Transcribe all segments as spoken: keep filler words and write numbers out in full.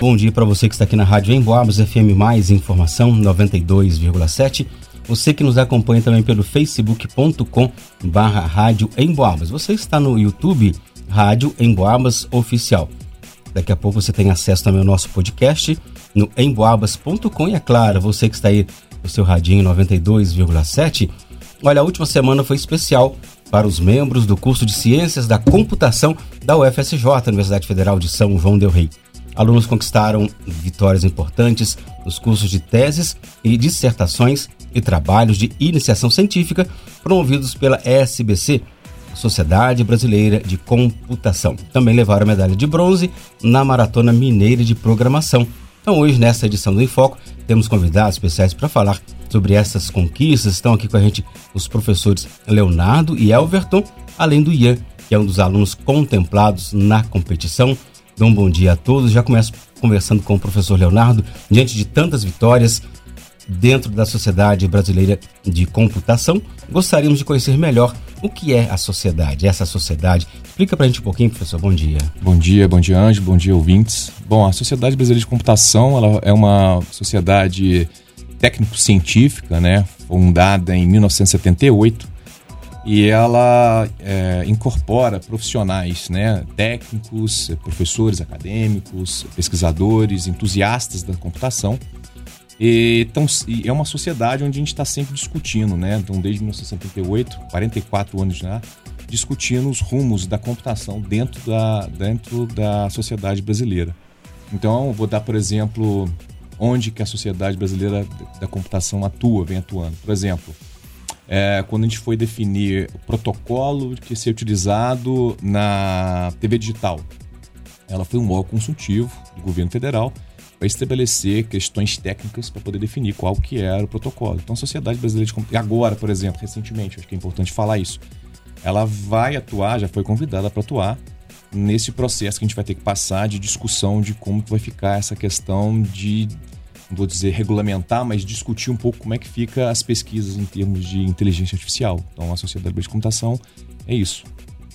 Bom dia para você que está aqui na Rádio Emboabas, F M Mais Informação noventa e dois vírgula sete. Você que nos acompanha também pelo facebook ponto com barra Rádio Emboabas. Você está no YouTube, Rádio Emboabas Oficial. Daqui a pouco você tem acesso também ao nosso podcast no emboabas ponto com. E é claro, você que está aí no seu radinho noventa e dois vírgula sete. Olha, a última semana foi especial para os membros do curso de Ciências da Computação da U F S J, Universidade Federal de São João del Rei. Alunos conquistaram vitórias importantes nos cursos de teses e dissertações e trabalhos de iniciação científica promovidos pela S B C, Sociedade Brasileira de Computação. Também levaram a medalha de bronze na Maratona Mineira de Programação. Então hoje, nessa edição do Em Foco, temos convidados especiais para falar sobre essas conquistas. Estão aqui com a gente os professores Leonardo e Elverton, além do Ian, que é um dos alunos contemplados na competição. Então, um bom dia a todos. Já começo conversando com o professor Leonardo. Diante de tantas vitórias dentro da Sociedade Brasileira de Computação, gostaríamos de conhecer melhor o que é a sociedade, essa sociedade. Explica pra gente um pouquinho, professor. Bom dia. Bom dia, bom dia, Ângelo, bom dia, ouvintes. Bom, a Sociedade Brasileira de Computação, ela é uma sociedade técnico-científica, né, fundada em mil novecentos e setenta e oito, e ela é, incorpora profissionais, né, técnicos, professores acadêmicos, pesquisadores, entusiastas da computação. E, então, é uma sociedade onde a gente está sempre discutindo, né? Então, desde mil novecentos e setenta e oito, quarenta e quatro anos já, discutindo os rumos da computação dentro da, dentro da sociedade brasileira. Então, vou dar, por exemplo, onde que a Sociedade Brasileira da Computação atua, vem atuando. Por exemplo, é, quando a gente foi definir o protocolo que ia ser utilizado na T V digital, ela foi um órgão consultivo do governo federal para estabelecer questões técnicas para poder definir qual que era o protocolo. Então, a Sociedade Brasileira de Computação, agora, por exemplo, recentemente, acho que é importante falar isso, ela vai atuar, já foi convidada para atuar nesse processo que a gente vai ter que passar de discussão de como que vai ficar essa questão de, não vou dizer regulamentar, mas discutir um pouco como é que fica as pesquisas em termos de inteligência artificial. Então, a Sociedade Brasileira de Computação é isso.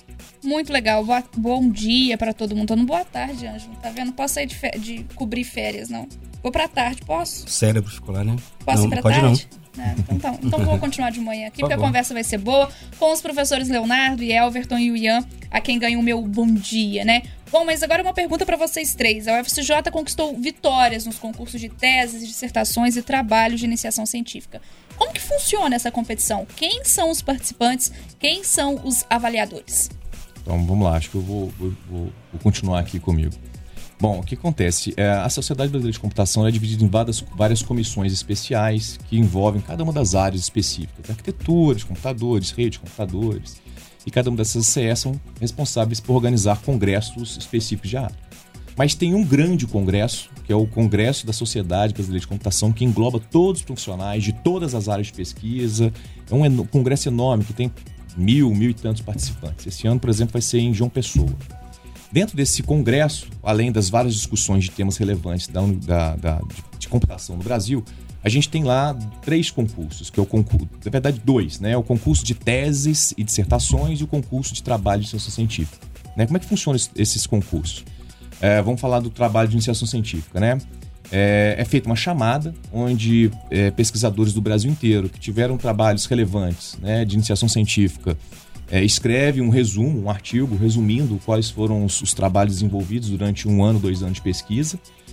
Muito legal. Boa, bom dia para todo mundo. Tô no boa tarde, Ângelo. Tá vendo? Não posso sair de, fe... de cobrir férias, não. Vou pra tarde, posso? Cérebro escolar, né? Posso não, ir pra pode tarde? Não. É, então, então, então vou continuar de manhã aqui, porque a conversa vai ser boa com os professores Leonardo e Elverton e o Ian, a quem ganha o meu bom dia, né? Bom, mas agora uma pergunta para vocês três. A U F S J conquistou vitórias nos concursos de teses, dissertações e trabalhos de iniciação científica. Como que funciona essa competição? Quem são os participantes? Quem são os avaliadores? Então, vamos lá, acho que eu vou, vou, vou, vou continuar aqui comigo. Bom, o que acontece? É, a Sociedade Brasileira de Computação é dividida em várias, várias comissões especiais que envolvem cada uma das áreas específicas. Arquitetura, de computadores, rede de computadores. E cada uma dessas C E são responsáveis por organizar congressos específicos de área. Mas tem um grande congresso, que é o Congresso da Sociedade Brasileira de Computação, que engloba todos os profissionais de todas as áreas de pesquisa. É um en- congresso enorme que tem mil, mil e tantos participantes. Esse ano, por exemplo, vai ser em João Pessoa. Dentro desse congresso, além das várias discussões de temas relevantes da, da, da, de, de computação no Brasil, a gente tem lá três concursos, que é o concurso, na verdade dois, né? O concurso de teses e dissertações e o concurso de trabalho de iniciação científica. Né? Como é que funcionam esses concursos? É, vamos falar do trabalho de iniciação científica, né? É, é feita uma chamada onde é, pesquisadores do Brasil inteiro que tiveram trabalhos relevantes, né, de iniciação científica é, escreve um resumo, um artigo resumindo quais foram os, os trabalhos desenvolvidos durante um ano, dois anos de pesquisa,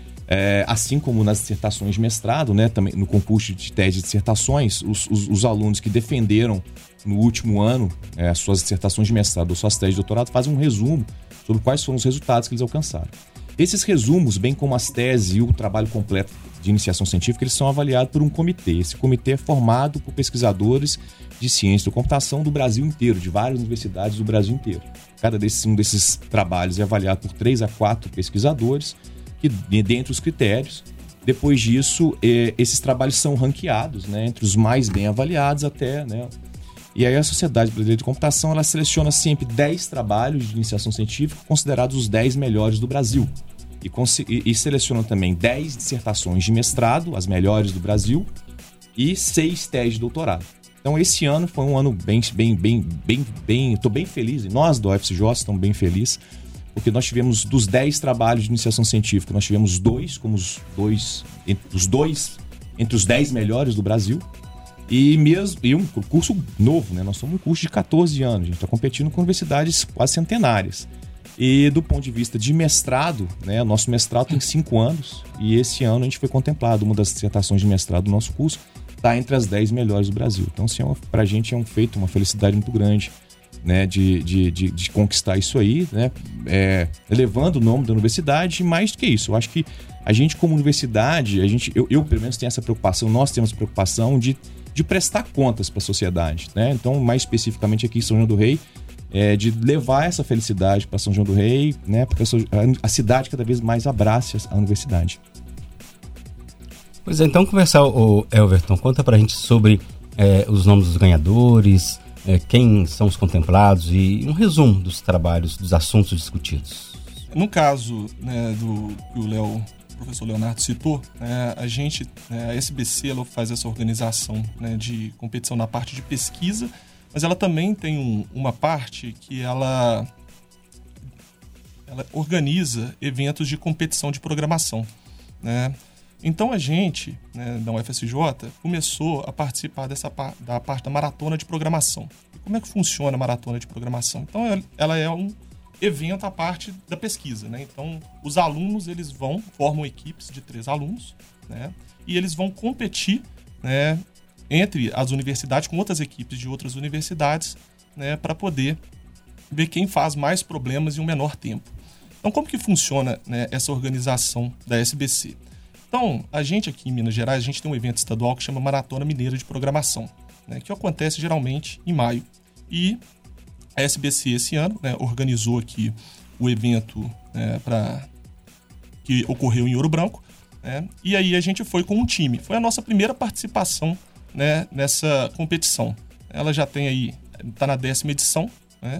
é, assim como nas dissertações de mestrado, né, também no concurso de tese de dissertações, os, os, os alunos que defenderam no último ano é, as suas dissertações de mestrado ou suas teses de doutorado fazem um resumo sobre quais foram os resultados que eles alcançaram. Esses resumos, bem como as teses e o trabalho completo de iniciação científica, eles são avaliados por um comitê. Esse comitê é formado por pesquisadores de ciência da computação do Brasil inteiro, de várias universidades do Brasil inteiro. Cada desses, um desses trabalhos é avaliado por três a quatro pesquisadores, que, dentre os critérios. Depois disso, eh, esses trabalhos são ranqueados, né, entre os mais bem avaliados até... Né, e aí a Sociedade Brasileira de Computação ela seleciona sempre dez trabalhos de iniciação científica considerados os dez melhores do Brasil. E, e, e seleciona também dez dissertações de mestrado, as melhores do Brasil, e seis teses de doutorado. Então esse ano foi um ano bem, bem, bem, bem, bem, estou bem feliz, e nós do U F S J estamos bem felizes, porque nós tivemos dos dez trabalhos de iniciação científica, nós tivemos dois, como os dois, entre os dois, entre os dez melhores do Brasil, e mesmo e um curso novo, né? Nós somos um curso de catorze anos, a gente está competindo com universidades quase centenárias. E do ponto de vista de mestrado, né? Nosso mestrado tem cinco anos, e esse ano a gente foi contemplado, uma das dissertações de mestrado do nosso curso está entre as dez melhores do Brasil. Então, assim, é para a gente é um feito, uma felicidade muito grande, né, de, de, de, de conquistar isso aí, né, é, elevando o nome da universidade. E mais do que isso, eu acho que a gente como universidade, a gente, eu, eu pelo menos tenho essa preocupação, nós temos a preocupação de, de prestar contas para a sociedade, né? Então, mais especificamente aqui em São João do Rei, é, de levar essa felicidade para São João do Rei, né, para que a, a cidade cada vez mais abrace a universidade. Pois é, então conversar, o Elverton, conta pra gente sobre é, os nomes dos ganhadores, é, quem são os contemplados e um resumo dos trabalhos, dos assuntos discutidos. No caso, né, do que o Léo, o professor Leonardo citou, né, a gente, né, a S B C, ela faz essa organização, né, de competição na parte de pesquisa, mas ela também tem um, uma parte que ela, ela organiza eventos de competição de programação, né? Então a gente, né, da U F S J, começou a participar dessa da parte da maratona de programação. E como é que funciona a maratona de programação? Então ela é um evento à parte da pesquisa, né? Então os alunos, eles vão, formam equipes de três alunos, né? E eles vão competir, né, entre as universidades com outras equipes de outras universidades, né, para poder ver quem faz mais problemas em um menor tempo. Então como que funciona, né, essa organização da S B C? Então, a gente aqui em Minas Gerais, a gente tem um evento estadual que chama Maratona Mineira de Programação, né, que acontece geralmente em maio. E a S B C esse ano, né, organizou aqui o evento, né, pra, que ocorreu em Ouro Branco, né, e aí a gente foi com um time. Foi a nossa primeira participação, né, nessa competição. Ela já tem aí, está na décima edição, né,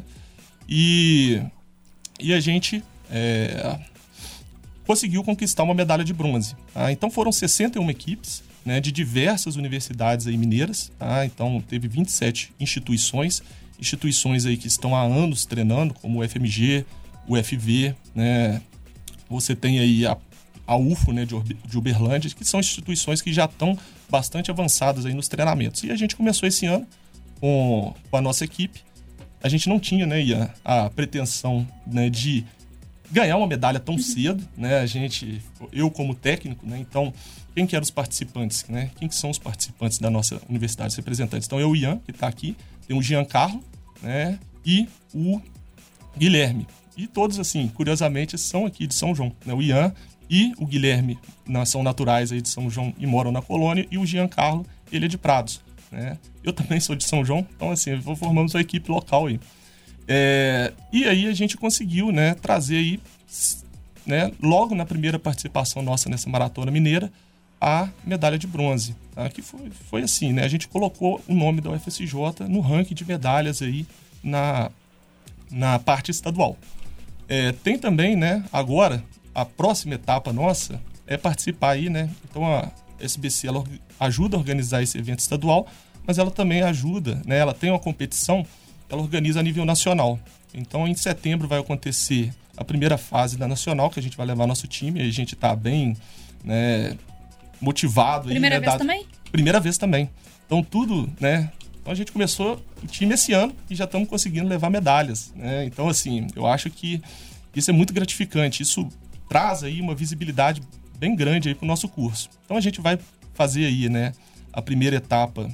e, e a gente... É, conseguiu conquistar uma medalha de bronze. Tá? Então foram sessenta e uma equipes, né, de diversas universidades aí mineiras. Tá? Então teve vinte e sete instituições, instituições aí que estão há anos treinando, como o F M G, o F V, né? Você tem aí a, a U F O, né, de, de Uberlândia, que são instituições que já estão bastante avançadas aí nos treinamentos. E a gente começou esse ano com, com a nossa equipe. A gente não tinha, né, Ian, a pretensão, né, de ganhar uma medalha tão cedo, né? A gente, eu como técnico, né? Então, quem que eram os participantes, né? Quem que são os participantes da nossa universidade, os representantes? Então, eu, o Ian, que está aqui, tem o Giancarlo, né? E o Guilherme. E todos, assim, curiosamente, são aqui de São João, né? O Ian e o Guilherme são naturais aí de São João e moram na colônia, e o Giancarlo, ele é de Prados, né? Eu também sou de São João, então, assim, formamos uma equipe local aí. É, e aí a gente conseguiu, né, trazer aí, né, logo na primeira participação nossa nessa maratona mineira, a medalha de bronze, tá? Que foi, foi assim, né, a gente colocou o nome da U F S J no ranking de medalhas aí na, na parte estadual. É, tem também, né, agora, a próxima etapa nossa é participar aí, né, então a S B C, ela ajuda a organizar esse evento estadual, mas ela também ajuda, né, ela tem uma competição, ela organiza a nível nacional. Então, em setembro vai acontecer a primeira fase da Nacional, que a gente vai levar nosso time, e a gente está bem, né, motivado. Primeira aí, né, vez da... também? Primeira vez também. Então, tudo, né? Então, a gente começou o time esse ano e já estamos conseguindo levar medalhas, né? Então, assim, eu acho que isso é muito gratificante. Isso traz aí uma visibilidade bem grande aí para o nosso curso. Então, a gente vai fazer aí, né, a primeira etapa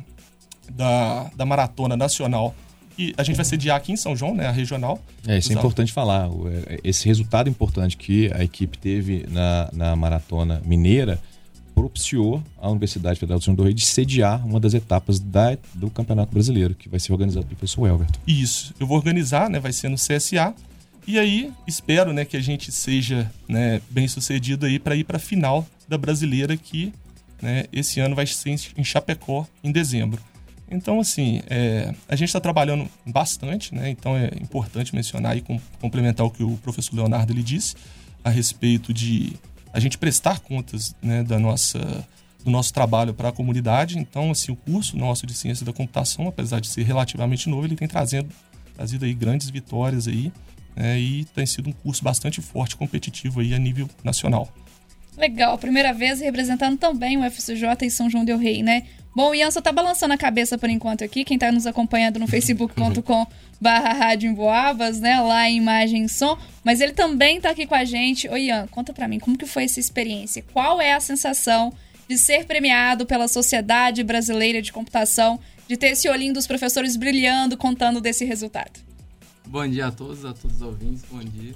da, da Maratona Nacional. E a gente vai sediar aqui em São João, né, a regional. É, isso é importante falar. Esse resultado importante que a equipe teve na, na Maratona Mineira propiciou a Universidade Federal de São João do Rei de sediar uma das etapas da, do Campeonato Brasileiro, que vai ser organizado pelo professor Elverton. Isso. Eu vou organizar, né, vai ser no C S A. E aí, espero, né, que a gente seja, né, bem sucedido aí para ir para a final da Brasileira, que, né, esse ano vai ser em Chapecó, em dezembro. Então, assim, é, a gente está trabalhando bastante, né? Então é importante mencionar e com, complementar o que o professor Leonardo ele disse a respeito de a gente prestar contas, né, da nossa, do nosso trabalho para a comunidade. Então, assim, o curso nosso de Ciência da Computação, apesar de ser relativamente novo, ele tem trazendo, trazido aí grandes vitórias aí, né, e tem sido um curso bastante forte, competitivo aí a nível nacional. Legal, primeira vez representando também o U F C J em São João del Rei, né? Bom, o Ian só tá balançando a cabeça por enquanto aqui, quem tá nos acompanhando no facebook ponto com barra Rádio Emboabas, né, lá em imagem e som, mas ele também tá aqui com a gente. Ô Ian, conta pra mim, como que foi essa experiência? Qual é a sensação de ser premiado pela Sociedade Brasileira de Computação, de ter esse olhinho dos professores brilhando, contando desse resultado? Bom dia a todos, a todos os ouvintes, bom dia.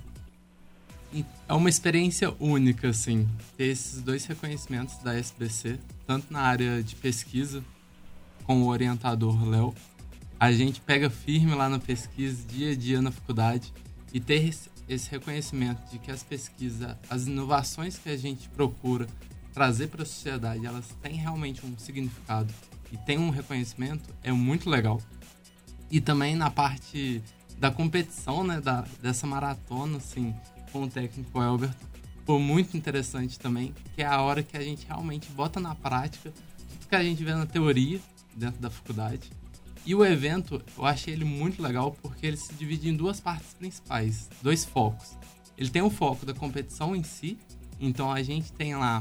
É uma experiência única, assim, ter esses dois reconhecimentos da S B C, tanto na área de pesquisa, com o orientador Léo. A gente pega firme lá na pesquisa, dia a dia na faculdade, e ter esse reconhecimento de que as pesquisas, as inovações que a gente procura trazer para a sociedade, elas têm realmente um significado e têm um reconhecimento, é muito legal. E também na parte da competição, né, da, dessa maratona, assim, com o técnico Elber, foi muito interessante também, que é a hora que a gente realmente bota na prática tudo que a gente vê na teoria dentro da faculdade. E o evento, eu achei ele muito legal porque ele se divide em duas partes principais, dois focos. Ele tem o foco da competição em si, então a gente tem lá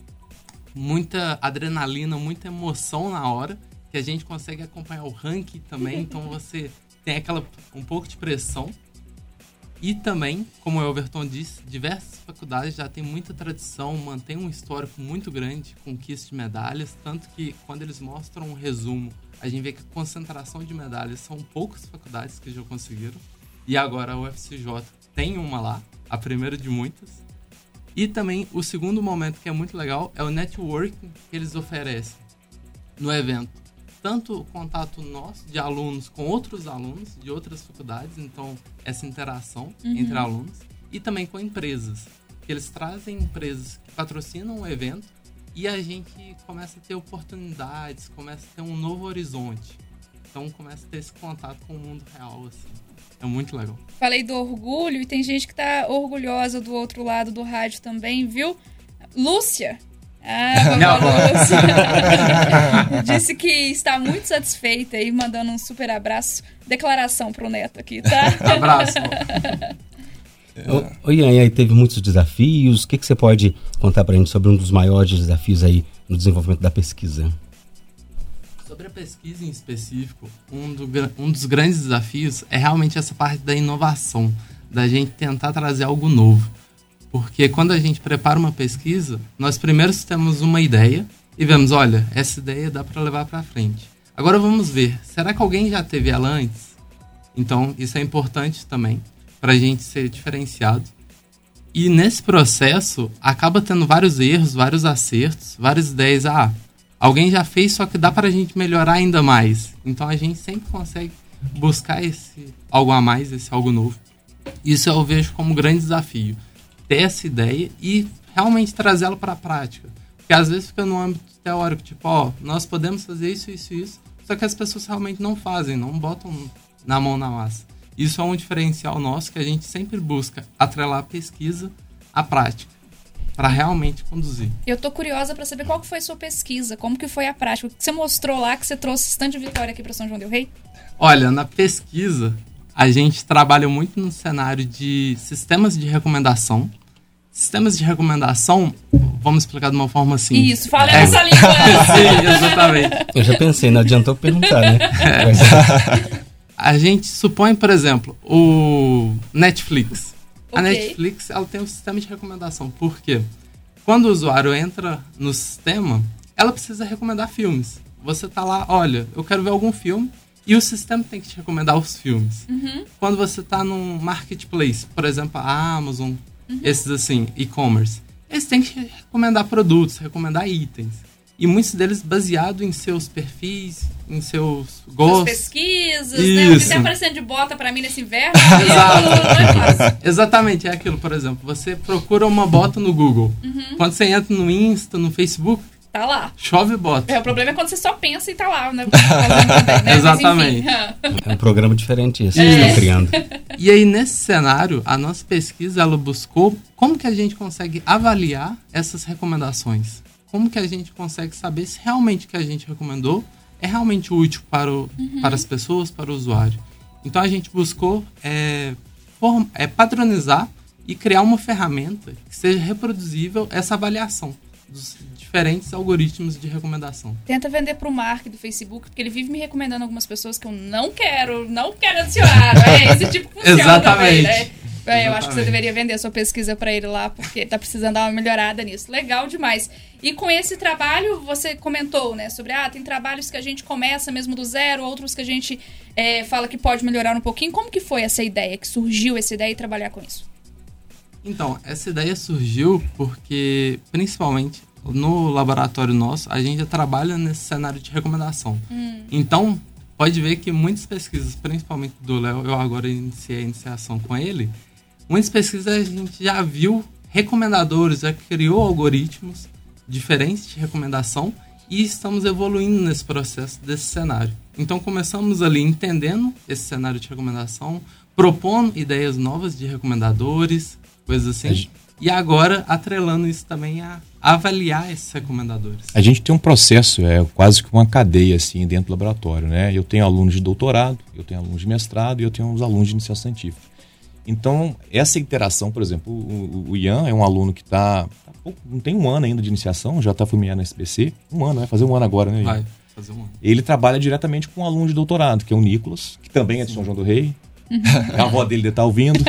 muita adrenalina, muita emoção na hora, que a gente consegue acompanhar o ranking também, então você tem aquela um pouco de pressão. E também, como o Elverton disse, diversas faculdades já têm muita tradição, mantém um histórico muito grande, conquista de medalhas, tanto que quando eles mostram um resumo, a gente vê que a concentração de medalhas são poucas faculdades que já conseguiram. E agora a U F C J tem uma lá, a primeira de muitas. E também o segundo momento que é muito legal é o networking que eles oferecem no evento. Tanto o contato nosso de alunos com outros alunos de outras faculdades, então essa interação uhum. entre alunos, e também com empresas, que eles trazem empresas que patrocinam o evento e a gente começa a ter oportunidades, começa a ter um novo horizonte. Então começa a ter esse contato com o mundo real, assim. É muito legal. Falei do orgulho e tem gente que tá orgulhosa do outro lado do rádio também, viu? Lúcia! Ah, vovó Lúcia disse que está muito satisfeita e mandando um super abraço. Declaração pro neto aqui, tá? Abraço. Ô, Ian, aí teve muitos desafios. O que, que você pode contar pra gente sobre um dos maiores desafios aí no desenvolvimento da pesquisa? Sobre a pesquisa em específico, um, do, um dos grandes desafios é realmente essa parte da inovação, da gente tentar trazer algo novo. Porque quando a gente prepara uma pesquisa, nós primeiro temos uma ideia e vemos, olha, essa ideia dá para levar para frente. Agora vamos ver, será que alguém já teve ela antes? Então, isso é importante também para a gente ser diferenciado. E nesse processo, acaba tendo vários erros, vários acertos, várias ideias. Ah, alguém já fez, só que dá para a gente melhorar ainda mais. Então, a gente sempre consegue buscar esse algo a mais, esse algo novo. Isso eu vejo como um grande desafio. Ter essa ideia e realmente trazê-la para a prática. Porque às vezes fica no âmbito teórico, tipo, ó, nós podemos fazer isso, isso e isso, só que as pessoas realmente não fazem, não botam na mão na massa. Isso é um diferencial nosso que a gente sempre busca atrelar a pesquisa à prática, para realmente conduzir. Eu tô curiosa para saber qual que foi a sua pesquisa, como que foi a prática, o que você mostrou lá que você trouxe esse tanto de vitória aqui para São João del Rei? Olha, na pesquisa, a gente trabalha muito no cenário de sistemas de recomendação. Sistemas de recomendação, vamos explicar de uma forma assim. Isso, fala é... essa língua. Sim, exatamente. Eu já pensei, não adiantou perguntar, né? É. A gente supõe, por exemplo, o Netflix. Okay. A Netflix, ela tem um sistema de recomendação. Por quê? Quando o usuário entra no sistema, ela precisa recomendar filmes. Você tá lá, olha, eu quero ver algum filme, e o sistema tem que te recomendar os filmes. Uhum. Quando você tá num marketplace, por exemplo, a Amazon, uhum. esses assim, e-commerce, eles têm que recomendar produtos, recomendar itens. E muitos deles baseados em seus perfis, em seus gostos. Suas pesquisas, isso. Né? O que tá aparecendo de bota pra mim nesse inverno. Exato. Exatamente, é aquilo, por exemplo. Você procura uma bota no Google. Uhum. Quando você entra no Insta, no Facebook, tá lá. Chove bota. É, o problema é quando você só pensa e tá lá, né? Também, né? Exatamente. É um programa diferente esse que é. Vocês estão criando. E aí, nesse cenário, a nossa pesquisa, ela buscou como que a gente consegue avaliar essas recomendações. Como que a gente consegue saber se realmente o que a gente recomendou é realmente útil para, o, uhum. para as pessoas, para o usuário. Então, a gente buscou é, form, é, padronizar e criar uma ferramenta que seja reproduzível essa avaliação dos diferentes algoritmos de recomendação. Tenta vender pro Mark do Facebook, porque ele vive me recomendando algumas pessoas que eu não quero, não quero adicionar. É esse tipo que funciona. Exatamente. Também, né? Exatamente. Eu acho que você deveria vender a sua pesquisa para ele lá, porque tá precisando dar uma melhorada nisso. Legal demais. E com esse trabalho, você comentou, né, sobre, ah, tem trabalhos que a gente começa mesmo do zero, outros que a gente é, fala que pode melhorar um pouquinho. Como que foi essa ideia, que surgiu essa ideia e trabalhar com isso? Então, essa ideia surgiu porque, principalmente, no laboratório nosso, a gente já trabalha nesse cenário de recomendação. Hum. Então, pode ver que muitas pesquisas, principalmente do Léo, eu agora iniciei a iniciação com ele, muitas pesquisas a gente já viu recomendadores, já criou algoritmos diferentes de recomendação e estamos evoluindo nesse processo desse cenário. Então, começamos ali entendendo esse cenário de recomendação, propondo ideias novas de recomendadores, coisas assim. E agora, atrelando isso também a avaliar esses recomendadores. A gente tem um processo, é quase que uma cadeia assim dentro do laboratório, né? Eu tenho alunos de doutorado, eu tenho alunos de mestrado e eu tenho uns alunos de iniciação científica. Então, essa interação, por exemplo, o, o Ian é um aluno que está, não tem um ano ainda de iniciação, já está familiar na S B C, um ano, vai fazer um ano agora, né, Ian? Vai fazer um ano. Ele trabalha diretamente com um aluno de doutorado, que é o Nicolas, que também é de São João do Rei. A avó dele deve estar ouvindo.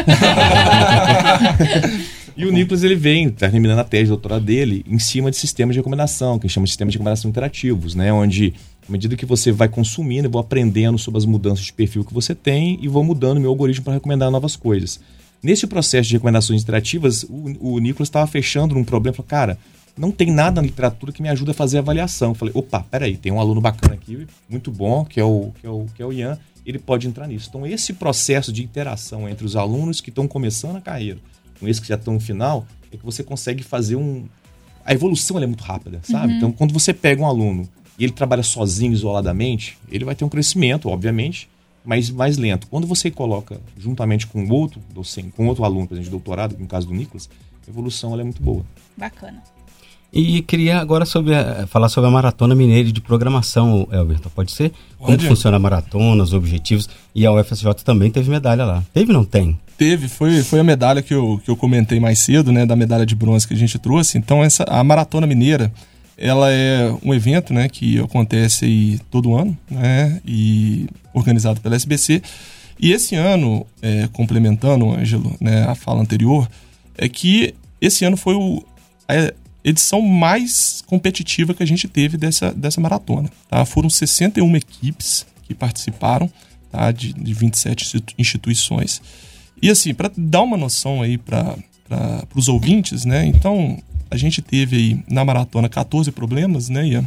E o Nicolas, ele vem, está terminando a tese de doutorado dele em cima de sistemas de recomendação, que a gente chama de sistemas de recomendação interativos, né? Onde, à medida que você vai consumindo, eu vou aprendendo sobre as mudanças de perfil que você tem e vou mudando meu algoritmo para recomendar novas coisas. Nesse processo de recomendações interativas, o, o Nicolas estava fechando num problema, falou, cara, não tem nada na literatura que me ajuda a fazer a avaliação. Eu falei, opa, peraí, tem um aluno bacana aqui, muito bom, que é o, que é o, que é o Ian, ele pode entrar nisso. Então, esse processo de interação entre os alunos que estão começando a carreira com esses que já estão no final, é que você consegue fazer um... A evolução ela é muito rápida, sabe? Uhum. Então, quando você pega um aluno e ele trabalha sozinho, isoladamente, ele vai ter um crescimento, obviamente, mas mais lento. Quando você coloca juntamente com outro docente, com outro aluno, por exemplo, de doutorado, no caso do Nicolas, a evolução ela é muito boa. Bacana. E queria agora sobre a, falar sobre a Maratona Mineira de Programação, Elberton, pode ser? Como Pode. funciona a maratona, os objetivos, e a U F S J também teve medalha lá. Teve ou não tem? Teve, foi, foi a medalha que eu, que eu comentei mais cedo, né, da medalha de bronze que a gente trouxe. Então, essa, a Maratona Mineira, ela é um evento, né, que acontece aí todo ano, né, e organizado pela S B C. E esse ano, é, complementando, Ângelo, né, a fala anterior, é que esse ano foi o, a edição mais competitiva que a gente teve dessa, dessa maratona. Tá? Foram sessenta e uma equipes que participaram, tá, de, de vinte e sete instituições. E assim, para dar uma noção aí para os ouvintes, né? Então, a gente teve aí na maratona quatorze problemas, né, Ian?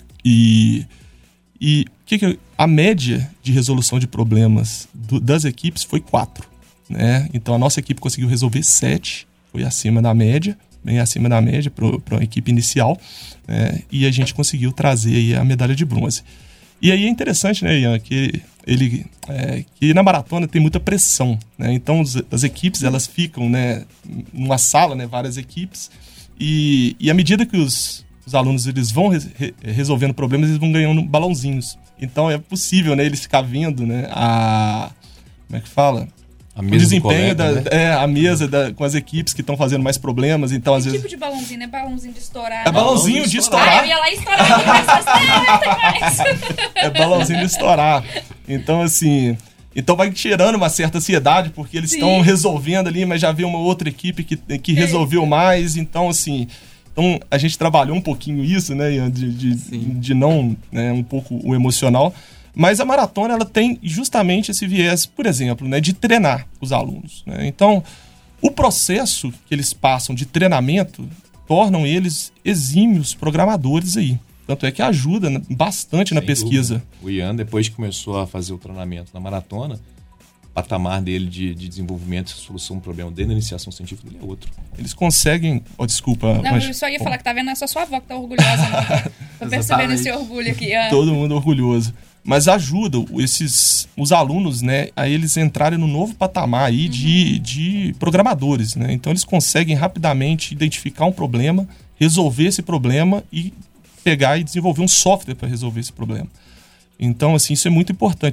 E, e que que, a média de resolução de problemas do, das equipes foi quatro, né? Então, a nossa equipe conseguiu resolver sete, foi acima da média, bem acima da média para a equipe inicial, né? E a gente conseguiu trazer aí a medalha de bronze. E aí é interessante, né, Ian, que, ele, é, que na maratona tem muita pressão, né? Então as equipes, elas ficam, né, numa sala, né, várias equipes, e, e à medida que os, os alunos eles vão re, re, resolvendo problemas, eles vão ganhando balãozinhos. Então é possível, né, eles ficar vendo, né, a... como é que fala? A mesa o desempenho colega, da, né? é, a mesa da, com as equipes que estão fazendo mais problemas, então Que às tipo vezes... de balãozinho, né? Balãozinho de estourar. É né? balãozinho de Ah, estourar. eu ia lá e estourar aqui, mas assim, É balãozinho de estourar. Então, assim... Então vai tirando uma certa ansiedade, porque eles estão resolvendo ali, mas já vê uma outra equipe que, que resolveu mais. Então, assim... Então, a gente trabalhou um pouquinho isso, né? Ian, de, de, de não... Né, um pouco o emocional. Mas a maratona, ela tem justamente esse viés, por exemplo, né, de treinar os alunos, né? Então, o processo que eles passam de treinamento tornam eles exímios programadores aí. Tanto é que ajuda bastante na Sem pesquisa. dúvida. O Ian, depois que começou a fazer o treinamento na maratona, o patamar dele de, de desenvolvimento e solução do problema dentro da iniciação científica dele é outro. Eles conseguem... Oh, desculpa. Não, mas, eu só ia bom, falar que tá vendo, é só sua avó que tá orgulhosa. Não. Tô percebendo esse orgulho aqui. Ah. Todo mundo orgulhoso. Mas ajuda esses, os alunos, né, a eles entrarem no novo patamar aí uhum. de, de programadores, né? Então eles conseguem rapidamente identificar um problema, resolver esse problema e pegar e desenvolver um software para resolver esse problema. Então, assim, isso é muito importante.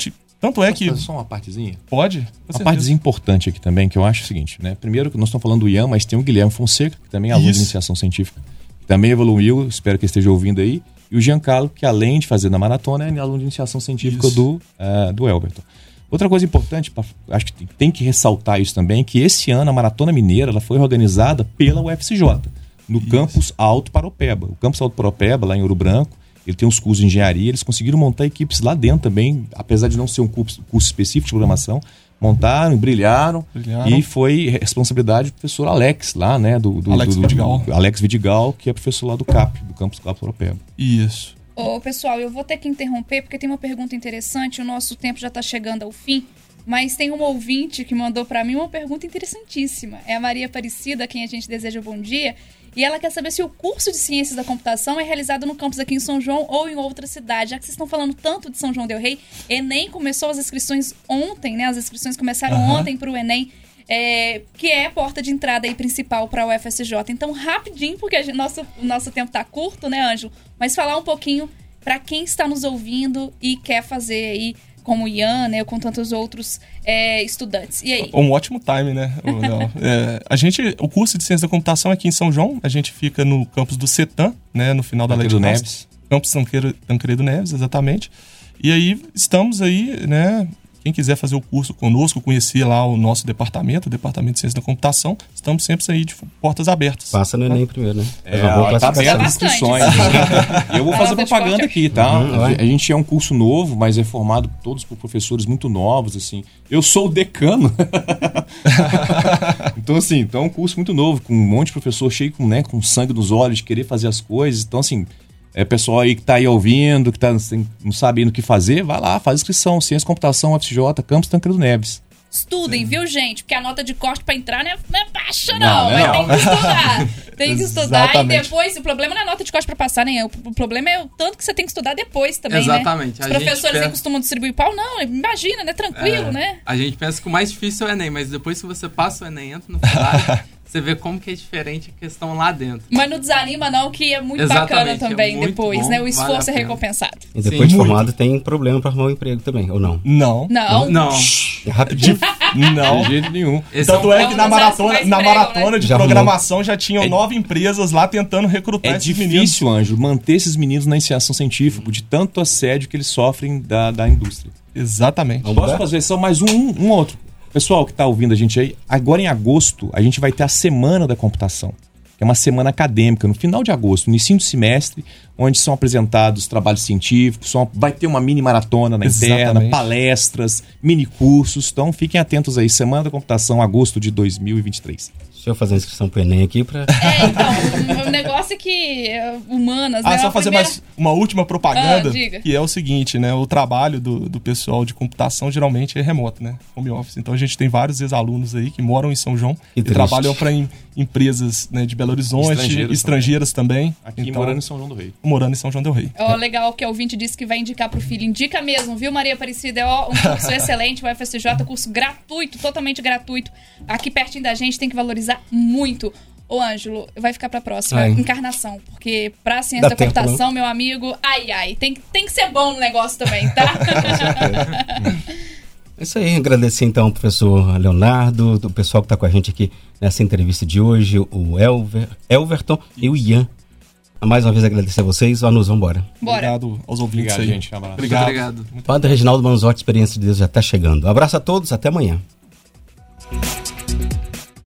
Tanto é que... Só uma partezinha? Pode. Uma partezinha importante aqui também, que eu acho o seguinte, né? Primeiro, que nós estamos falando do Ian, mas tem o Guilherme Fonseca, que também é aluno de iniciação científica, que também evoluiu, espero que esteja ouvindo aí. E o Giancarlo, que além de fazer na maratona, é aluno de iniciação científica do, uh, do Elverton. Outra coisa importante, pra, acho que tem que ressaltar isso também, é que esse ano a Maratona Mineira ela foi organizada pela U F C J, no isso. Campus Alto Paropeba. O Campus Alto Paropeba, lá em Ouro Branco, ele tem uns cursos de engenharia, eles conseguiram montar equipes lá dentro também, apesar de não ser um curso, curso específico de programação, montaram, brilharam, brilharam, e foi responsabilidade do professor Alex lá, né? Do, do, Alex do, Vidigal. Do, Alex Vidigal, que é professor lá do C A P, do Campus Alto Paropeba. Isso. Ô, pessoal, eu vou ter que interromper porque tem uma pergunta interessante, o nosso tempo já está chegando ao fim, mas tem uma ouvinte que mandou para mim uma pergunta interessantíssima. É a Maria Aparecida, a quem a gente deseja bom dia, e ela quer saber se o curso de Ciências da Computação é realizado no campus aqui em São João ou em outra cidade. Já que vocês estão falando tanto de São João del Rei, Enem começou as inscrições ontem, né? As inscrições começaram uhum. ontem para o Enem. É, que é a porta de entrada aí principal para a U F S J. Então, rapidinho, porque a gente, nosso, o nosso tempo tá curto, né, Ângelo? Mas falar um pouquinho para quem está nos ouvindo e quer fazer aí, como o Ian, né, ou com tantos outros é, estudantes. E aí? Um ótimo time, né? é, a gente, o curso de Ciência da Computação aqui em São João, a gente fica no campus do CETAM, né, no final da Tancredo Neves. Campus Tancredo Neves, exatamente. E aí, estamos aí, né... Quem quiser fazer o curso conosco, conhecer lá o nosso departamento, o Departamento de Ciência da Computação, estamos sempre aí de portas abertas. Passa no Enem primeiro, né? É, tá aberto as inscrições. Eu vou fazer propaganda aqui, tá? Uhum, a gente é um curso novo, mas é formado todos por professores muito novos, assim. Eu sou o decano. Então, assim, então é um curso muito novo, com um monte de professor cheio com, né, com sangue nos olhos, de querer fazer as coisas. Então, assim... É pessoal aí que tá aí ouvindo, que tá, não sabe o que fazer, vai lá, faz inscrição. Ciência, Computação, U F C J, Campus Tancredo Neves. Estudem, Sim. viu, gente? Porque a nota de corte pra entrar não é, não é baixa, não. não, mas não. Tem que estudar. Tem que estudar Exatamente. E depois... O problema não é a nota de corte pra passar, nem é. O problema é o tanto que você tem que estudar depois também, Exatamente. né? Os professores pensa... costumam distribuir pau. Não, imagina, né? Tranquilo, é, né? A gente pensa que o mais difícil é o Enem, mas depois que você passa o Enem, entra no celular... Você vê como que é diferente a questão lá dentro. Mas não desanima não, que é muito Exatamente, bacana também é muito depois, bom, né? O esforço vale é recompensado. E depois Sim, de formado muito. Tem problema para arrumar um emprego também, ou não? Não. Não. Não. É rapidinho. Não. De jeito nenhum. Esse Tanto é, um... é que na maratona, na maratona né? de já programação arrumou. Já tinham é... nove empresas lá tentando recrutar é esses meninos. É difícil, Ângelo, manter esses meninos na iniciação científica, de tanto assédio que eles sofrem da, da indústria. Exatamente. Posso fazer só mais um, um outro? Pessoal que está ouvindo a gente aí, agora em agosto a gente vai ter a Semana da Computação, que é uma semana acadêmica, no final de agosto, no início do semestre, onde são apresentados trabalhos científicos, são, vai ter uma mini maratona na interna, Exatamente. palestras, mini cursos, então fiquem atentos aí, Semana da Computação, agosto de dois mil e vinte e três. Deixa eu fazer a inscrição pro Enem aqui pra... É, então, o negócio é que é humanas, ah, né? Só fazer primeira... mais uma última propaganda, ah, que é o seguinte, né? O trabalho do, do pessoal de computação geralmente é remoto, né? Home office. Então a gente tem vários ex-alunos aí que moram em São João e, e trabalham para em, empresas, né, de Belo Horizonte, estrangeiras, estrangeiras também. também. Aqui então, morando em São João do Rei. Morando em São João do Rei. Ó, oh, legal que o ouvinte disse que vai indicar pro filho. Indica mesmo, viu, Maria Aparecida? É ó, um curso excelente, o U F S J, curso gratuito, totalmente gratuito. Aqui pertinho da gente, tem que valorizar muito. Ô, Ângelo, vai ficar pra próxima ai. encarnação, porque pra ciência Dá da computação, tempo, meu amigo, ai, ai, tem, tem que ser bom no negócio também, tá? É isso aí, agradecer então ao professor Leonardo, o pessoal que tá com a gente aqui nessa entrevista de hoje, o Elver, Elverton e o Ian. Mais uma vez agradecer a vocês, ó, nos vamos embora. Bora. Obrigado aos ouvintes Obrigado, aí. gente. Um abraço. Obrigado. Obrigado. Padre Reginaldo Manzotti, Experiência de Deus já tá chegando. Um abraço a todos, até amanhã.